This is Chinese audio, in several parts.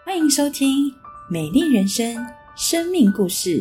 欢迎收听美丽人生生命故事。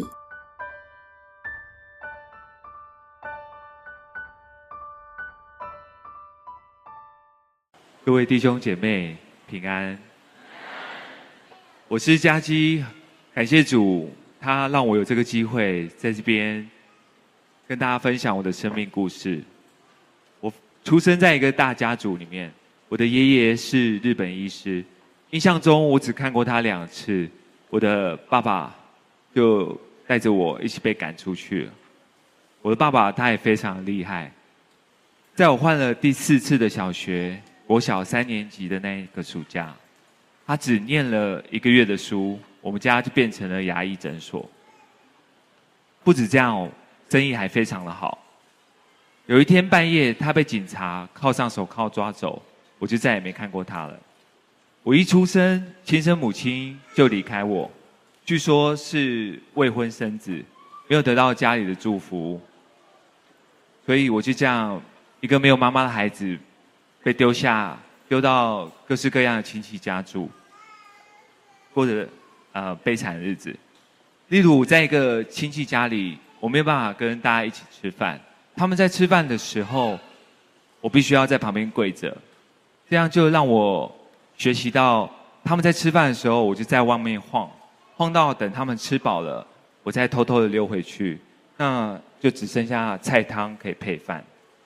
各位弟兄姐妹平安，我是嘉基，感谢主，他让我有这个机会在这边跟大家分享我的生命故事。我出生在一个大家族里面，我的爷爷是日本医师，印象中我只看过他2次，我的爸爸就带着我一起被赶出去了。我的爸爸他也非常厉害，在我换了第4次的小学，国小3年级的那个暑假，他只念了1个月的书，我们家就变成了牙医诊所。不止这样，生意还非常的好。有一天半夜，他被警察铐上手铐抓走，我就再也没看过他了。我一出生，亲生母亲就离开我，据说是未婚生子，没有得到家里的祝福，所以我就这样一个没有妈妈的孩子，被丢到各式各样的亲戚家住，过着悲惨的日子。例如在一个亲戚家里，我没有办法跟大家一起吃饭，他们在吃饭的时候，我必须要在旁边跪着，这样就让我学习到他们在吃饭的时候，我就在外面晃到等他们吃饱了，我再偷偷的溜回去，那就只剩下菜汤可以配饭。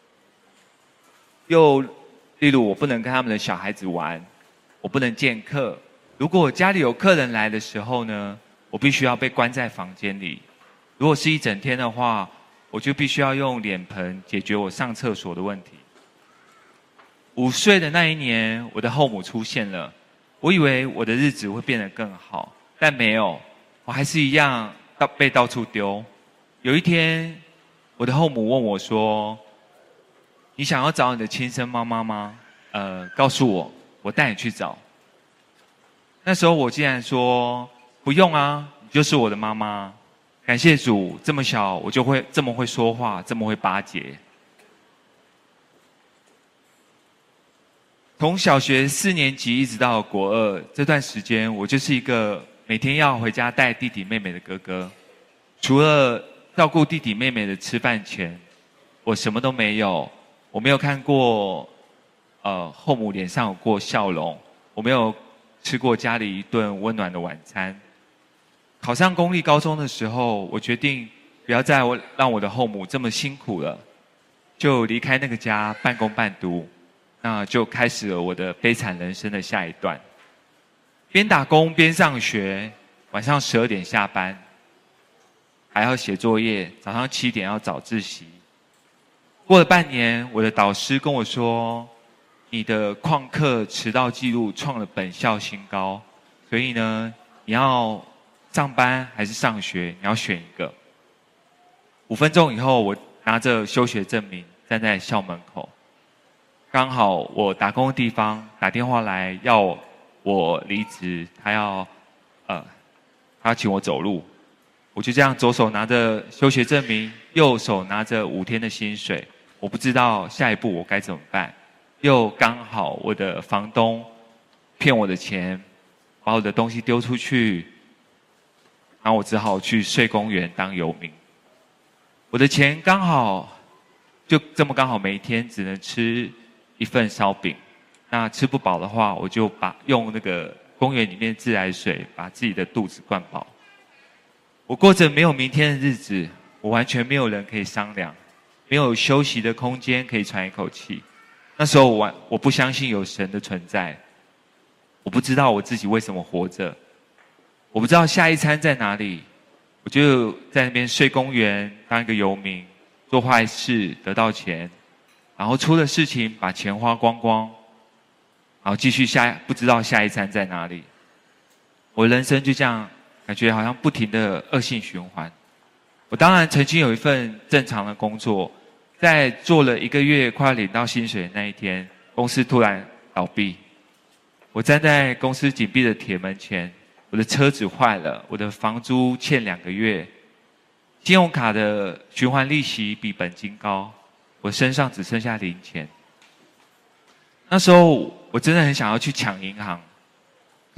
又例如我不能跟他们的小孩子玩，我不能见客。如果我家里有客人来的时候呢，我必须要被关在房间里。如果是一整天的话，我就必须要用脸盆解决我上厕所的问题。5岁的那一年，我的后母出现了，我以为我的日子会变得更好，但没有，我还是一样被到处丢。有一天，我的后母问我说：“你想要找你的亲生妈妈吗？告诉我，我带你去找。”那时候我竟然说：“不用啊，你就是我的妈妈。”感谢主，这么小我就会这么会说话，这么会巴结。从小学4年级一直到国2这段时间，我就是一个每天要回家带弟弟妹妹的哥哥。除了照顾弟弟妹妹的吃饭钱，我什么都没有。我没有看过后母脸上有过笑容，我没有吃过家里一顿温暖的晚餐。考上公立高中的时候，我决定不要再让我的后母这么辛苦了，就离开那个家半工半读，那就开始了我的悲惨人生的下一段。边打工边上学，晚上12点下班，还要写作业，早上7点要早自习。过了半年，我的导师跟我说：“你的旷课迟到记录创了本校新高，所以呢，你要上班还是上学？你要选一个。”5分钟以后，我拿着休学证明站在校门口，刚好我打工的地方打电话来要我离职，他要请我走路。我就这样左手拿着休学证明，右手拿着5天的薪水，我不知道下一步我该怎么办。又刚好我的房东骗我的钱，把我的东西丢出去，然后我只好去睡公园当游民。我的钱刚好就这么刚好每天只能吃1份烧饼，那吃不饱的话，我就用那个公园里面自来水把自己的肚子灌饱。我过着没有明天的日子，我完全没有人可以商量，没有休息的空间可以喘一口气。那时候我不相信有神的存在，我不知道我自己为什么活着，我不知道下一餐在哪里，我就在那边睡公园当一个游民，做坏事得到钱，然后出了事情把钱花光光，然后继续不知道下一餐在哪里。我人生就这样感觉好像不停的恶性循环。我当然曾经有一份正常的工作，在做了1个月快要领到薪水的那一天，公司突然倒闭。我站在公司紧闭的铁门前，我的车子坏了，我的房租欠2个月，信用卡的循环利息比本金高，我身上只剩下0钱。那时候我真的很想要去抢银行，可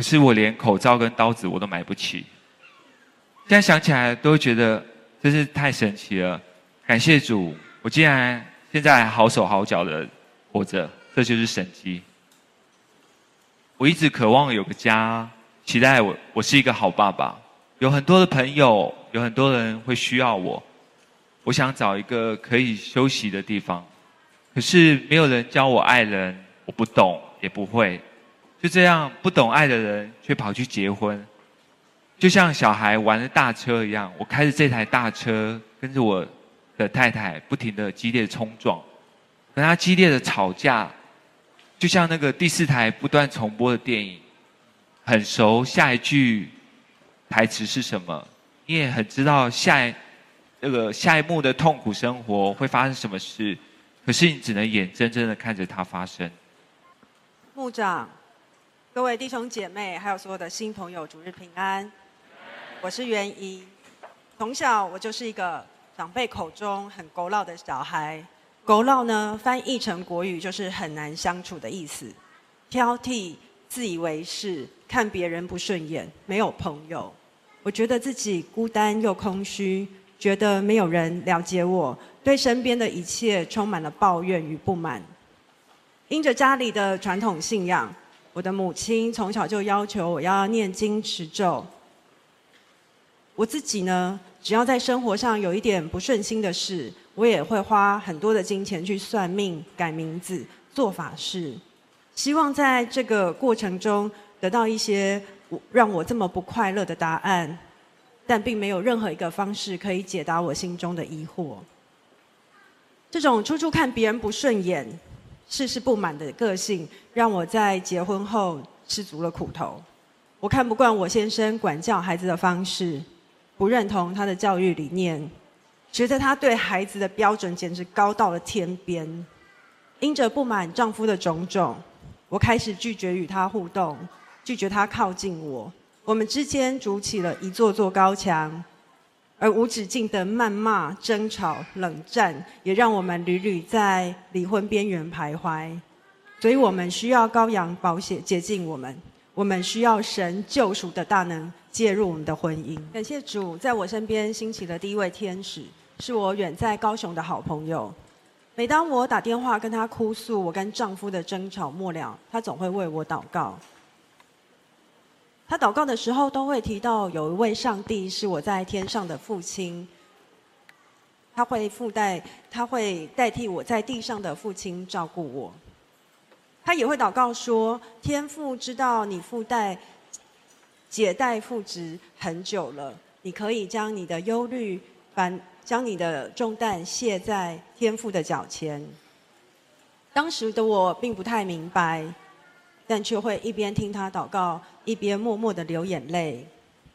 可是我连口罩跟刀子我都买不起。现在想起来都会觉得真是太神奇了，感谢主，我竟然现在还好手好脚的活着，这就是神迹。我一直渴望有个家，期待我是一个好爸爸，有很多的朋友，有很多人会需要我。我想找一个可以休息的地方，可是没有人教我爱人，我不懂也不会。就这样，不懂爱的人却跑去结婚，就像小孩玩的大车一样，我开着这台大车，跟着我的太太不停的激烈冲撞，跟他激烈的吵架，就像那个第4台不断重播的电影，很熟下一句台词是什么，你也很知道下一幕的痛苦生活会发生什么事，可是你只能眼睁睁的看着它发生。 牧长，各位弟兄姐妹，还有所有的新朋友，主日平安。我是袁怡，从小我就是一个长辈口中很佝偻的小孩。佝偻呢，翻译成国语就是很难相处的意思，挑剔、自以为是，看别人不顺眼，没有朋友。我觉得自己孤单又空虚，觉得没有人了解我，对身边的一切充满了抱怨与不满。因着家里的传统信仰，我的母亲从小就要求我要念经持咒。我自己呢，只要在生活上有一点不顺心的事，我也会花很多的金钱去算命、改名字、做法事，希望在这个过程中得到一些让我这么不快乐的答案，但并没有任何一个方式可以解答我心中的疑惑。这种处处看别人不顺眼、事事不满的个性，让我在结婚后吃足了苦头。我看不惯我先生管教孩子的方式，不认同他的教育理念，觉得他对孩子的标准简直高到了天边。因着不满丈夫的种种，我开始拒绝与他互动，拒绝他靠近我。我们之间筑起了一座座高墙，而无止境的谩骂、争吵、冷战，也让我们屡屡在离婚边缘徘徊。所以我们需要羔羊宝血洁净我们，我们需要神救赎的大能介入我们的婚姻。感谢主，在我身边兴起了第一位天使，是我远在高雄的好朋友。每当我打电话跟他哭诉我跟丈夫的争吵末了，他总会为我祷告。他祷告的时候都会提到有一位上帝是我在天上的父亲，他会代替我在地上的父亲照顾我。他也会祷告说，天父知道你姐代父职很久了，你可以将你的忧虑将你的重担卸在天父的脚前。当时的我并不太明白，但却会一边听他祷告，一边默默的流眼泪，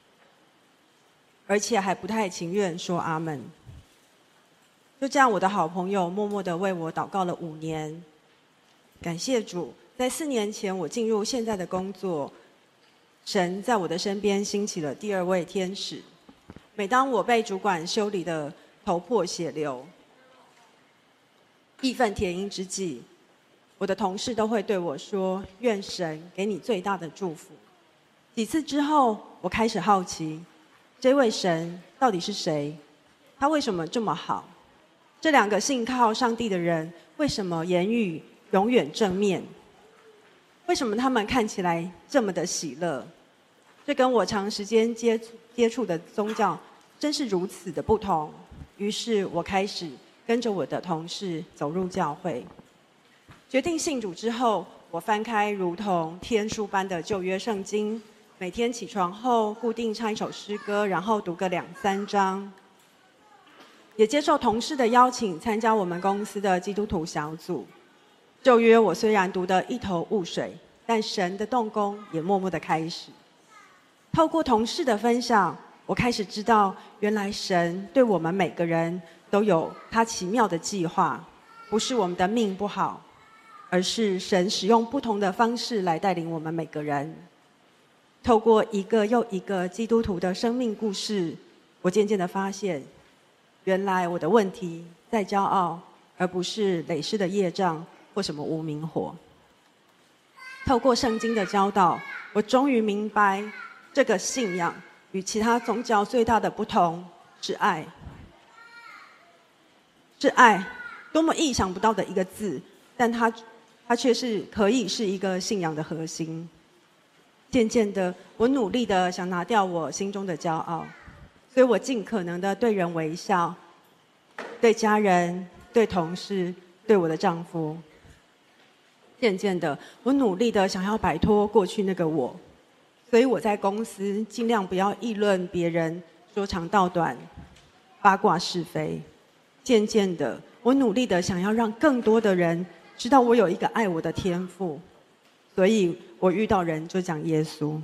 而且还不太情愿说阿们。就这样，我的好朋友默默的为我祷告了5年。感谢主，在4年前我进入现在的工作，神在我的身边兴起了第2位天使。每当我被主管修理的头破血流、义愤填膺之际，我的同事都会对我说，愿神给你最大的祝福。几次之后，我开始好奇，这位神到底是谁？他为什么这么好？这2个信靠上帝的人，为什么言语永远正面？为什么他们看起来这么的喜乐？这跟我长时间接触的宗教真是如此的不同。于是我开始跟着我的同事走入教会。决定信主之后，我翻开如同天书般的旧约圣经，每天起床后固定唱一首诗歌，然后读个2-3章。也接受同事的邀请，参加我们公司的基督徒小组。旧约我虽然读得一头雾水，但神的动工也默默的开始。透过同事的分享，我开始知道，原来神对我们每个人都有他奇妙的计划，不是我们的命不好，而是神使用不同的方式来带领我们每个人。透过一个又一个基督徒的生命故事，我渐渐的发现，原来我的问题在骄傲，而不是累世的业障或什么无名火。透过圣经的教导， 我终于明白，这个信仰与其他宗教最大的不同是爱。是爱，多么意想不到的一个字，但它却是可以是一个信仰的核心。渐渐的，我努力的想拿掉我心中的骄傲，所以我尽可能的对人微笑，对家人、对同事、对我的丈夫。渐渐的，我努力的想要摆脱过去那个我，所以我在公司尽量不要议论别人，说长道短，八卦是非。渐渐的，我努力的想要让更多的人知道我有一个爱我的天父，所以我遇到人就讲耶稣。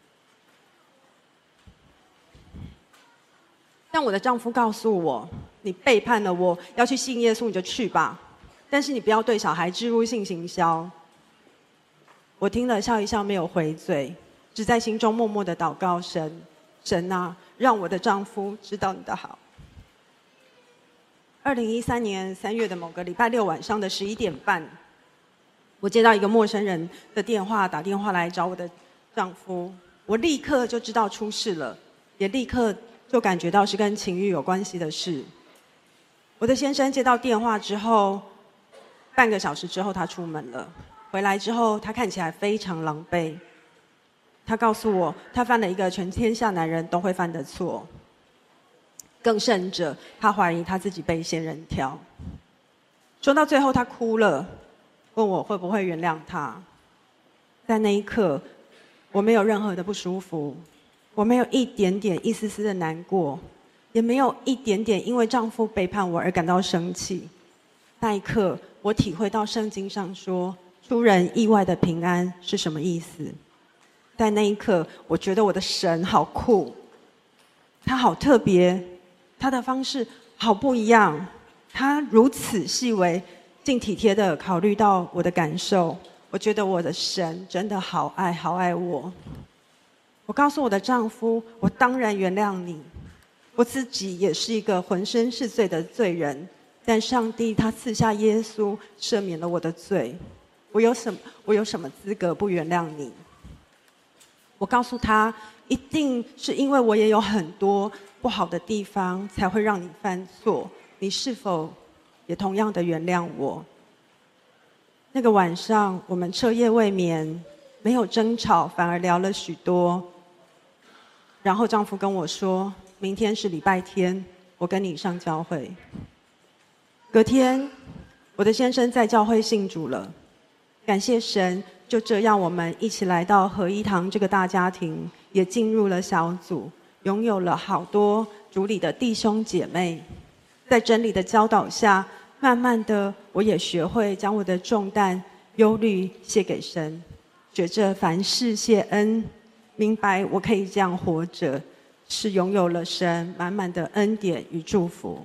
但我的丈夫告诉我，你背叛了我，要去信耶稣你就去吧，但是你不要对小孩置入性行销。我听了笑一笑，没有回嘴，只在心中默默的祷告神啊，让我的丈夫知道你的好。2013年3月的某个礼拜六晚上的11点半，我接到一个陌生人的电话，打电话来找我的丈夫。我立刻就知道出事了，也立刻就感觉到是跟情欲有关系的事。我的先生接到电话之后，半个小时之后他出门了。回来之后，他看起来非常狼狈。他告诉我，他犯了一个全天下男人都会犯的错。更甚者，他怀疑他自己被仙人跳。说到最后，他哭了，问我会不会原谅他。在那一刻，我没有任何的不舒服，我没有一点点、一丝丝的难过，也没有一点点因为丈夫背叛我而感到生气。那一刻，我体会到圣经上说出人意外的平安是什么意思。在那一刻，我觉得我的神好酷，他好特别，他的方式好不一样，他如此细微，竟体贴的考虑到我的感受。我觉得我的神真的好爱好爱我。我告诉我的丈夫，我当然原谅你，我自己也是一个浑身是罪的罪人，但上帝他赐下耶稣赦免了我的罪，我有什么资格不原谅你？我告诉他，一定是因为我也有很多不好的地方才会让你犯错，你是否也同样的原谅我？那个晚上我们彻夜未眠，没有争吵，反而聊了许多。然后丈夫跟我说，明天是礼拜天，我跟你上教会。隔天我的先生在教会信主了，感谢神，就这样我们一起来到合一堂这个大家庭，也进入了小组，拥有了好多主里的弟兄姐妹。在真理的教导下，慢慢的我也学会将我的重担忧虑卸给神，觉着凡事谢恩，明白我可以这样活着，是拥有了神满满的恩典与祝福。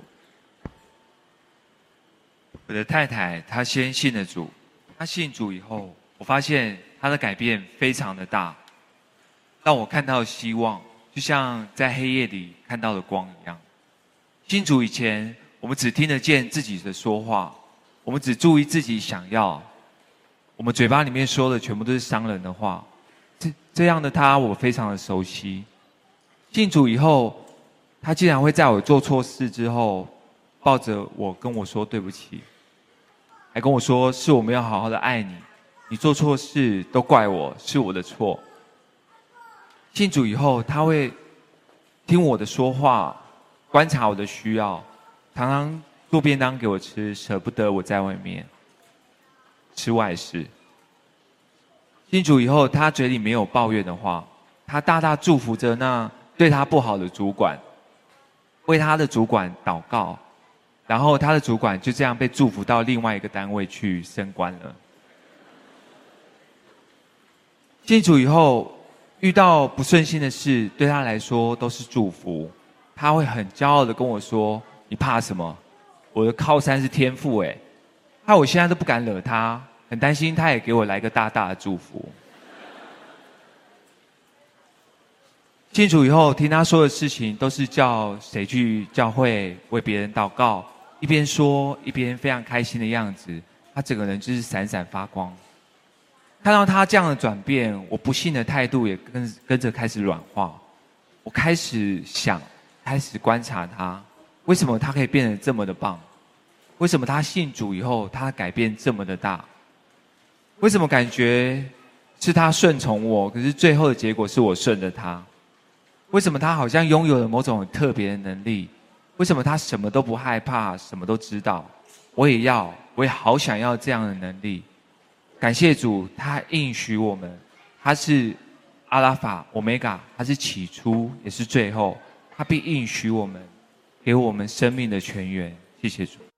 我的太太她先信了主，她信主以后，我发现她的改变非常的大，让我看到希望，就像在黑夜里看到的光一样。信主以前，我们只听得见自己的说话，我们只注意自己想要，我们嘴巴里面说的全部都是伤人的话。这样的他，我非常的熟悉。信主以后，他竟然会在我做错事之后，抱着我跟我说对不起，还跟我说是我们要好好的爱你，你做错事都怪我，是我的错。信主以后，他会听我的说话，观察我的需要，常常做便当给我吃，舍不得我在外面吃外食。信主以后，他嘴里没有抱怨的话，他大大祝福着那对他不好的主管，为他的主管祷告，然后他的主管就这样被祝福到另外一个单位去升官了。信主以后，遇到不顺心的事，对他来说都是祝福，他会很骄傲的跟我说，你怕什么？我的靠山是天父耶，害我现在都不敢惹他，很担心他也给我来个大大的祝福。信主以后，听他说的事情都是叫谁去教会为别人祷告，一边说一边非常开心的样子，他整个人就是闪闪发光。 看到他这样的转变，我不信的态度也跟着开始软化。我开始想，开始观察他，为什么他可以变得这么的棒？为什么他信主以后，他改变这么的大？为什么感觉是他顺从我，可是最后的结果是我顺着他？为什么他好像拥有了某种很特别的能力？为什么他什么都不害怕，什么都知道？我也好想要这样的能力。感谢主，他应许我们，他是阿拉法、欧米伽，他是起初也是最后，他必应许我们，给我们生命的泉源。谢谢主。